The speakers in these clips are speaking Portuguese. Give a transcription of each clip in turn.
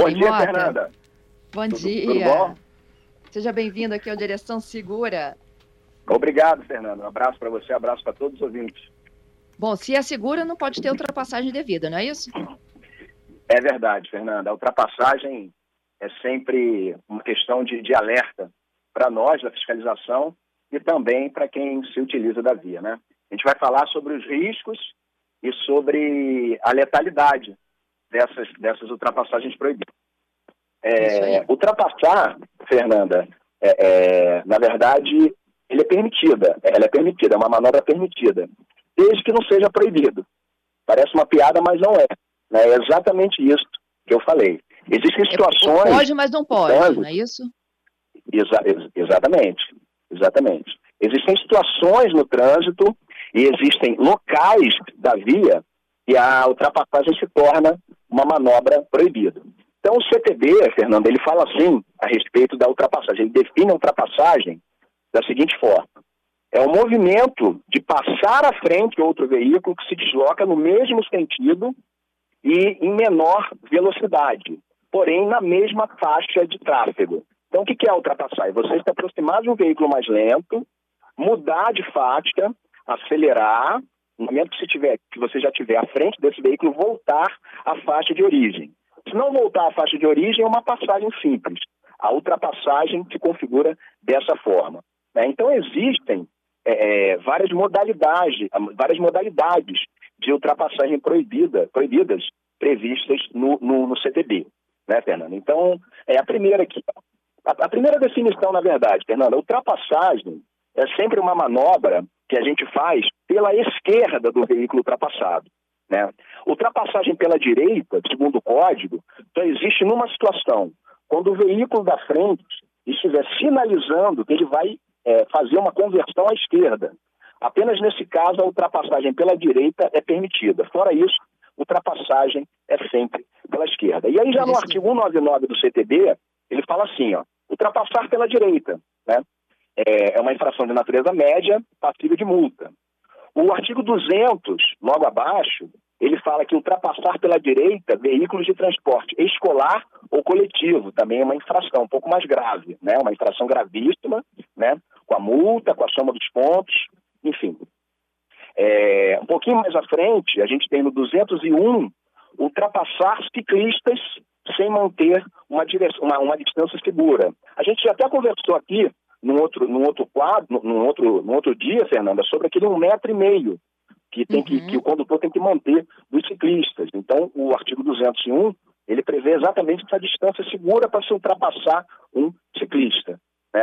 Bom dia, Mota. Fernanda. Bom dia. Tudo bom? Seja bem-vindo aqui ao Direção Segura. Obrigado, Fernanda. Um abraço para você, um abraço para todos os ouvintes. Bom, se é segura, não pode ter ultrapassagem devida, não é isso? É verdade, Fernanda. A ultrapassagem é sempre uma questão de alerta para nós, da fiscalização, e também para quem se utiliza da via, né? A gente vai falar sobre os riscos e sobre a letalidade dessas ultrapassagens proibidas. Ultrapassar, Fernanda, na verdade, ela é permitida, é uma manobra permitida, desde que não seja proibido. Parece uma piada, mas não é. Né? É exatamente isso que eu falei. Existem situações... Pode, mas não pode, não é isso? Exatamente. Existem situações no trânsito e existem locais da via e a ultrapassagem se torna uma manobra proibida. Então o CTB, Fernando, ele fala assim a respeito da ultrapassagem. Ele define a ultrapassagem da seguinte forma: é o movimento de passar à frente outro veículo que se desloca no mesmo sentido e em menor velocidade, porém na mesma faixa de tráfego. Então o que é ultrapassar? É você se aproximar de um veículo mais lento, mudar de faixa, acelerar, no momento que você já estiver à frente desse veículo, voltar à faixa de origem. Se não voltar à faixa de origem, é uma passagem simples. A ultrapassagem se configura dessa forma. Né? Então existem várias modalidades de ultrapassagem proibidas previstas no CTB, né, Fernanda? Então, a primeira aqui. A primeira definição, na verdade, Fernanda, a ultrapassagem é sempre uma manobra que a gente faz pela esquerda do veículo ultrapassado. Né? Ultrapassagem pela direita, segundo o código, só existe numa situação: quando o veículo da frente estiver sinalizando que ele vai fazer uma conversão à esquerda. Apenas nesse caso a ultrapassagem pela direita é permitida. Fora isso, ultrapassagem é sempre pela esquerda. E aí já no artigo 199 do CTB, ele fala assim, ultrapassar pela direita, né? É uma infração de natureza média, passível de multa. O artigo 200, logo abaixo, ele fala que ultrapassar pela direita veículos de transporte escolar ou coletivo também é uma infração um pouco mais grave, né? Uma infração gravíssima, né? Com a multa, com a soma dos pontos, enfim. Um pouquinho mais à frente, a gente tem no 201, ultrapassar ciclistas sem manter uma distância segura. A gente já até conversou aqui num outro dia, Fernanda, sobre aquele 1,5 m que o condutor tem que manter dos ciclistas. Então, o artigo 201, ele prevê exatamente essa distância segura para se ultrapassar um ciclista. Né?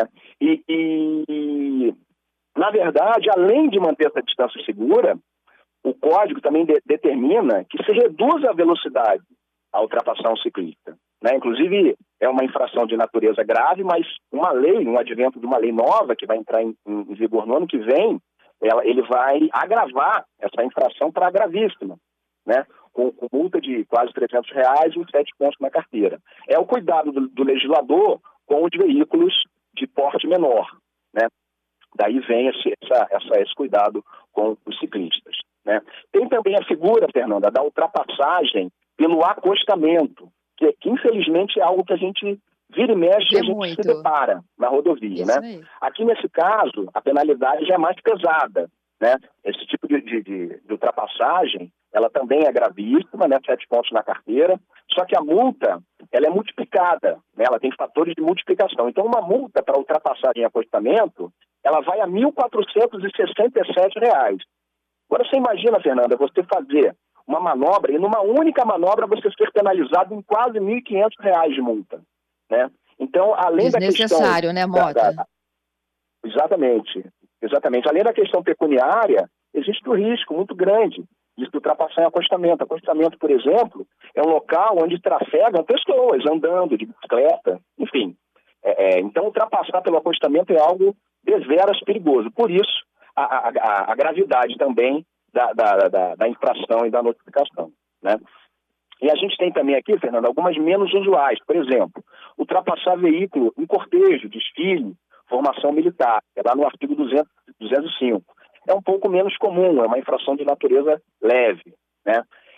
Na verdade, além de manter essa distância segura, o código também determina que se reduza a velocidade a ultrapassar um ciclista. Né? Inclusive, é uma infração de natureza grave, mas um advento de uma lei nova que vai entrar em vigor no ano que vem, ele vai agravar essa infração para gravíssima, né? Com multa de quase R$300 e 7 pontos na carteira. É o cuidado do legislador com os veículos de porte menor, né? Daí vem esse cuidado com os ciclistas, né? Tem também a figura, Fernanda, da ultrapassagem pelo acostamento, que infelizmente é algo que a gente vira e mexe, a gente se depara na rodovia, né? Aqui nesse caso, a penalidade já é mais pesada, né? Esse tipo de ultrapassagem, ela também é gravíssima, né? 7 pontos na carteira, só que a multa, ela é multiplicada, né? Ela tem fatores de multiplicação. Então, uma multa para ultrapassagem em acostamento, ela vai a R$1.467. Agora, você imagina, Fernanda, você fazer uma manobra e numa única manobra você ser penalizado em quase R$1.500 de multa, né? Então, além da questão... Desnecessário, né, Mota? Exatamente. Além da questão pecuniária, existe um risco muito grande de ultrapassar em acostamento. Acostamento, por exemplo, é um local onde trafegam pessoas andando de bicicleta, enfim. Então, ultrapassar pelo acostamento é algo deveras perigoso. Por isso, a gravidade também da infração e da notificação, né? E a gente tem também aqui, Fernando, algumas menos usuais. Por exemplo, ultrapassar veículo em cortejo, desfile, formação militar. É lá no artigo 205. É um pouco menos comum, é uma infração de natureza leve, né?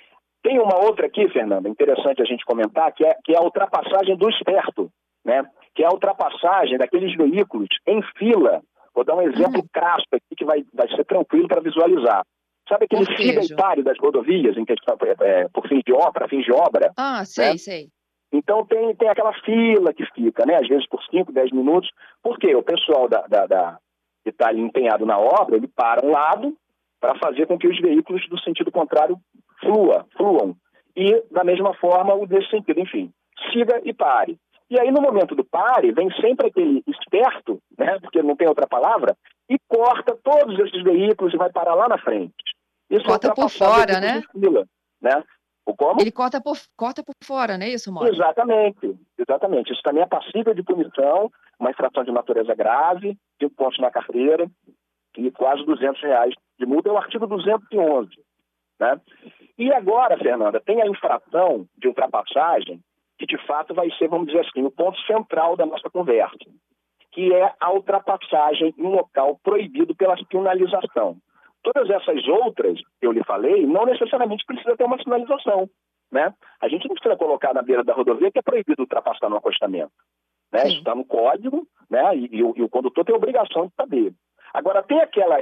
Tem uma outra aqui, Fernanda, interessante a gente comentar, que é a ultrapassagem do esperto, né? Que é a ultrapassagem daqueles veículos em fila. Vou dar um exemplo crasso aqui que vai ser tranquilo para visualizar. Sabe aquele siga e pare das rodovias em questão, por fins de obra? Ah, sei, né? sei. Então tem aquela fila que fica, né? Às vezes por 5, 10 minutos. Por quê? O pessoal que está ali empenhado na obra, ele para um lado para fazer com que os veículos do sentido contrário fluam. E, da mesma forma, o desse sentido. Enfim, siga e pare. E aí, no momento do pare, vem sempre aquele esperto, né? Porque não tem outra palavra, e corta todos esses veículos e vai parar lá na frente. Isso corta por fora, né? Fila, né? Como? Ele corta por fora, não é isso, Mota? Exatamente. Isso também é passível de punição, uma infração de natureza grave, 5 pontos na carteira e quase R$200 de multa. É o artigo 211. Né? E agora, Fernanda, tem a infração de ultrapassagem que, de fato, vai ser, vamos dizer assim, o ponto central da nossa conversa, que é a ultrapassagem em local proibido pela sinalização. Todas essas outras que eu lhe falei, não necessariamente precisa ter uma sinalização, né? A gente não precisa colocar na beira da rodovia que é proibido ultrapassar no acostamento, né? Isso está no código, né? E o condutor tem a obrigação de saber. Agora, tem aquela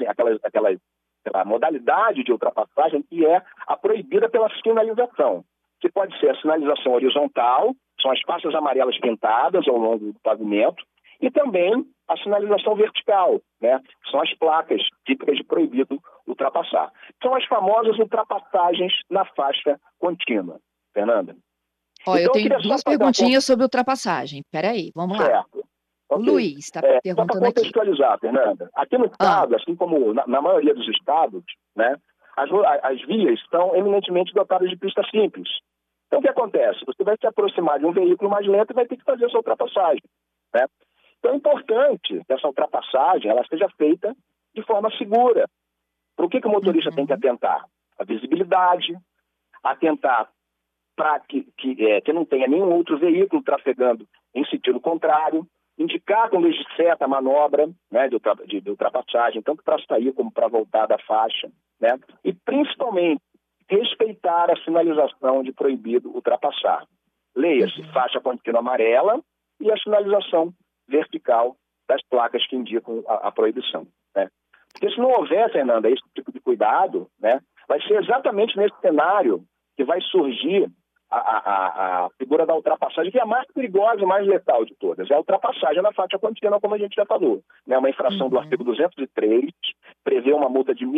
modalidade de ultrapassagem que é a proibida pela sinalização, que pode ser a sinalização horizontal, são as faixas amarelas pintadas ao longo do pavimento, e também a sinalização vertical, né? São as placas típicas de proibido ultrapassar. São as famosas ultrapassagens na faixa contínua. Fernanda? Eu tenho duas perguntinhas sobre ultrapassagem. Peraí, vamos lá. Certo. O Luiz está perguntando só para contextualizar, Fernanda. Aqui no estado, assim como na maioria dos estados, né, as vias estão eminentemente dotadas de pista simples. Então, o que acontece? Você vai se aproximar de um veículo mais lento e vai ter que fazer essa ultrapassagem, né? Então, é importante que essa ultrapassagem ela seja feita de forma segura. Para o que o motorista tem que atentar? A visibilidade, atentar para que não tenha nenhum outro veículo trafegando em sentido contrário, indicar com luz de seta a manobra, né, de ultrapassagem, tanto para sair como para voltar da faixa, né? E, principalmente, respeitar a sinalização de proibido ultrapassar. Leia-se faixa contínua amarela e a sinalização vertical das placas que indicam a proibição, né? Porque se não houver, Fernanda, esse tipo de cuidado, né, vai ser exatamente nesse cenário que vai surgir a figura da ultrapassagem, que é a mais perigosa e mais letal de todas. É a ultrapassagem na faixa contínua, como a gente já falou, né? Uma infração do artigo 203, prevê uma multa de R$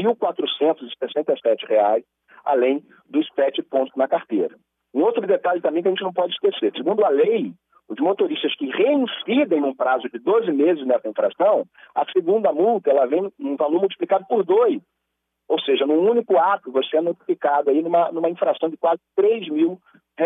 1.467, além dos 7 pontos na carteira. Um outro detalhe também que a gente não pode esquecer. Segundo a lei, os motoristas que reincidem num prazo de 12 meses nessa infração, a segunda multa ela vem num valor multiplicado por 2. Ou seja, num único ato, você é notificado aí numa infração de quase R$3 mil.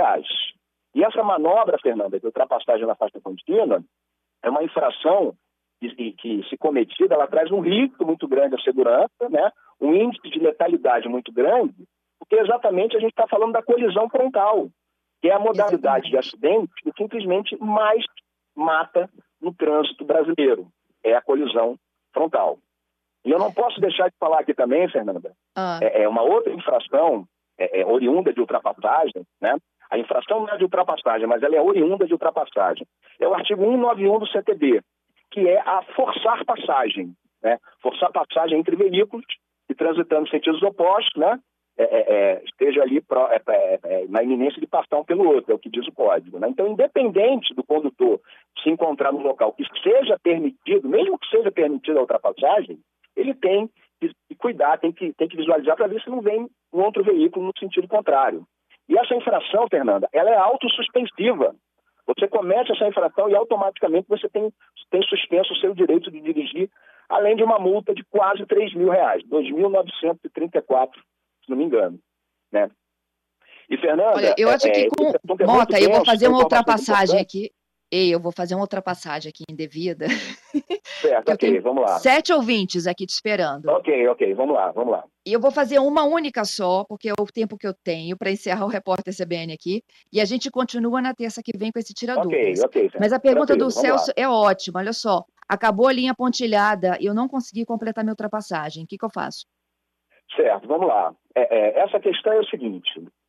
E essa manobra, Fernanda, de ultrapassagem na faixa contínua, é uma infração que se cometida, ela traz um risco muito grande à segurança, né? Um índice de letalidade muito grande, porque exatamente a gente está falando da colisão frontal, que é a modalidade de acidente que simplesmente mais mata no trânsito brasileiro. É a colisão frontal. E eu não posso deixar de falar aqui também, Fernanda, é uma outra infração oriunda de ultrapassagem, né? A infração não é de ultrapassagem, mas ela é oriunda de ultrapassagem. É o artigo 191 do CTB, que é a forçar passagem, né? Forçar passagem entre veículos que transitando em sentidos opostos, né? Esteja ali na iminência de passar um pelo outro, é o que diz o código, né? Então, independente do condutor se encontrar no local que seja permitido, mesmo que seja permitida a ultrapassagem, ele tem que cuidar, tem que visualizar para ver se não vem um outro veículo no sentido contrário. E essa infração, Fernanda, ela é autossuspensiva. Você comete essa infração e automaticamente você tem suspenso o seu direito de dirigir, além de uma multa de quase R$3 mil, R$ 2.934, se não me engano, né? E, Fernanda... Olha, eu acho que Mota, eu vou fazer uma ultrapassagem aqui. Eu vou fazer uma ultrapassagem aqui indevida. Certo, ok, vamos lá. 7 ouvintes aqui te esperando. Ok, vamos lá. E eu vou fazer uma única só, porque é o tempo que eu tenho para encerrar o Repórter CBN aqui. E a gente continua na terça que vem com esse Tira Dúvidas. Ok. Mas a pergunta do Celso é ótima, olha só. Acabou a linha pontilhada e eu não consegui completar minha ultrapassagem. O que eu faço? Certo, vamos lá. Essa questão é o seguinte.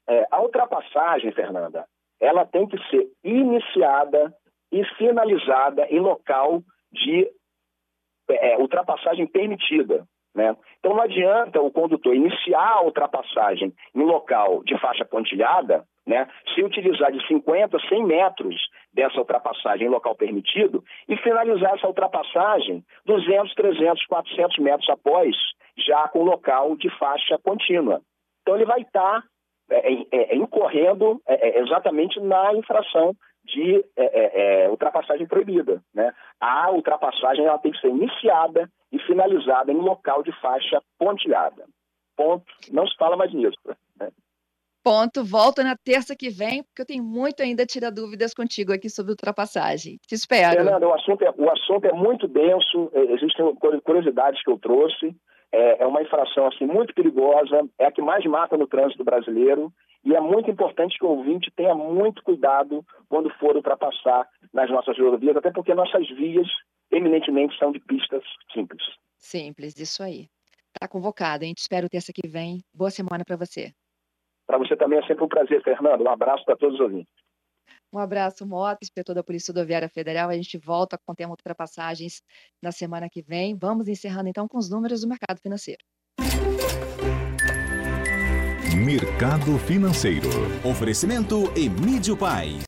A ultrapassagem, Fernanda, ela tem que ser iniciada e finalizada em local de ultrapassagem permitida, né? Então não adianta o condutor iniciar a ultrapassagem em local de faixa pontilhada, né, se utilizar de 50, 100 metros dessa ultrapassagem em local permitido e finalizar essa ultrapassagem 200, 300, 400 metros após, já com local de faixa contínua. Então ele vai estar incorrendo exatamente na infração de ultrapassagem proibida, né? A ultrapassagem ela tem que ser iniciada e finalizada em local de faixa pontilhada. Ponto. Não se fala mais nisso, né? Ponto. Volto na terça que vem, porque eu tenho muito ainda a tirar dúvidas contigo aqui sobre ultrapassagem. Te espero. Fernanda, o assunto é muito denso, existem curiosidades que eu trouxe. É uma infração assim, muito perigosa, é a que mais mata no trânsito brasileiro, e é muito importante que o ouvinte tenha muito cuidado quando for ultrapassar nas nossas rodovias, até porque nossas vias eminentemente são de pistas simples. Simples, isso aí. Tá convocado, hein? Te espero terça que vem. Boa semana para você. Para você também é sempre um prazer, Fernando. Um abraço para todos os ouvintes. Um abraço, Mota, inspetor da Polícia Rodoviária Federal. A gente volta com o tema ultrapassagens na semana que vem. Vamos encerrando então com os números do mercado financeiro. Mercado Financeiro. Oferecimento Emídio Pai.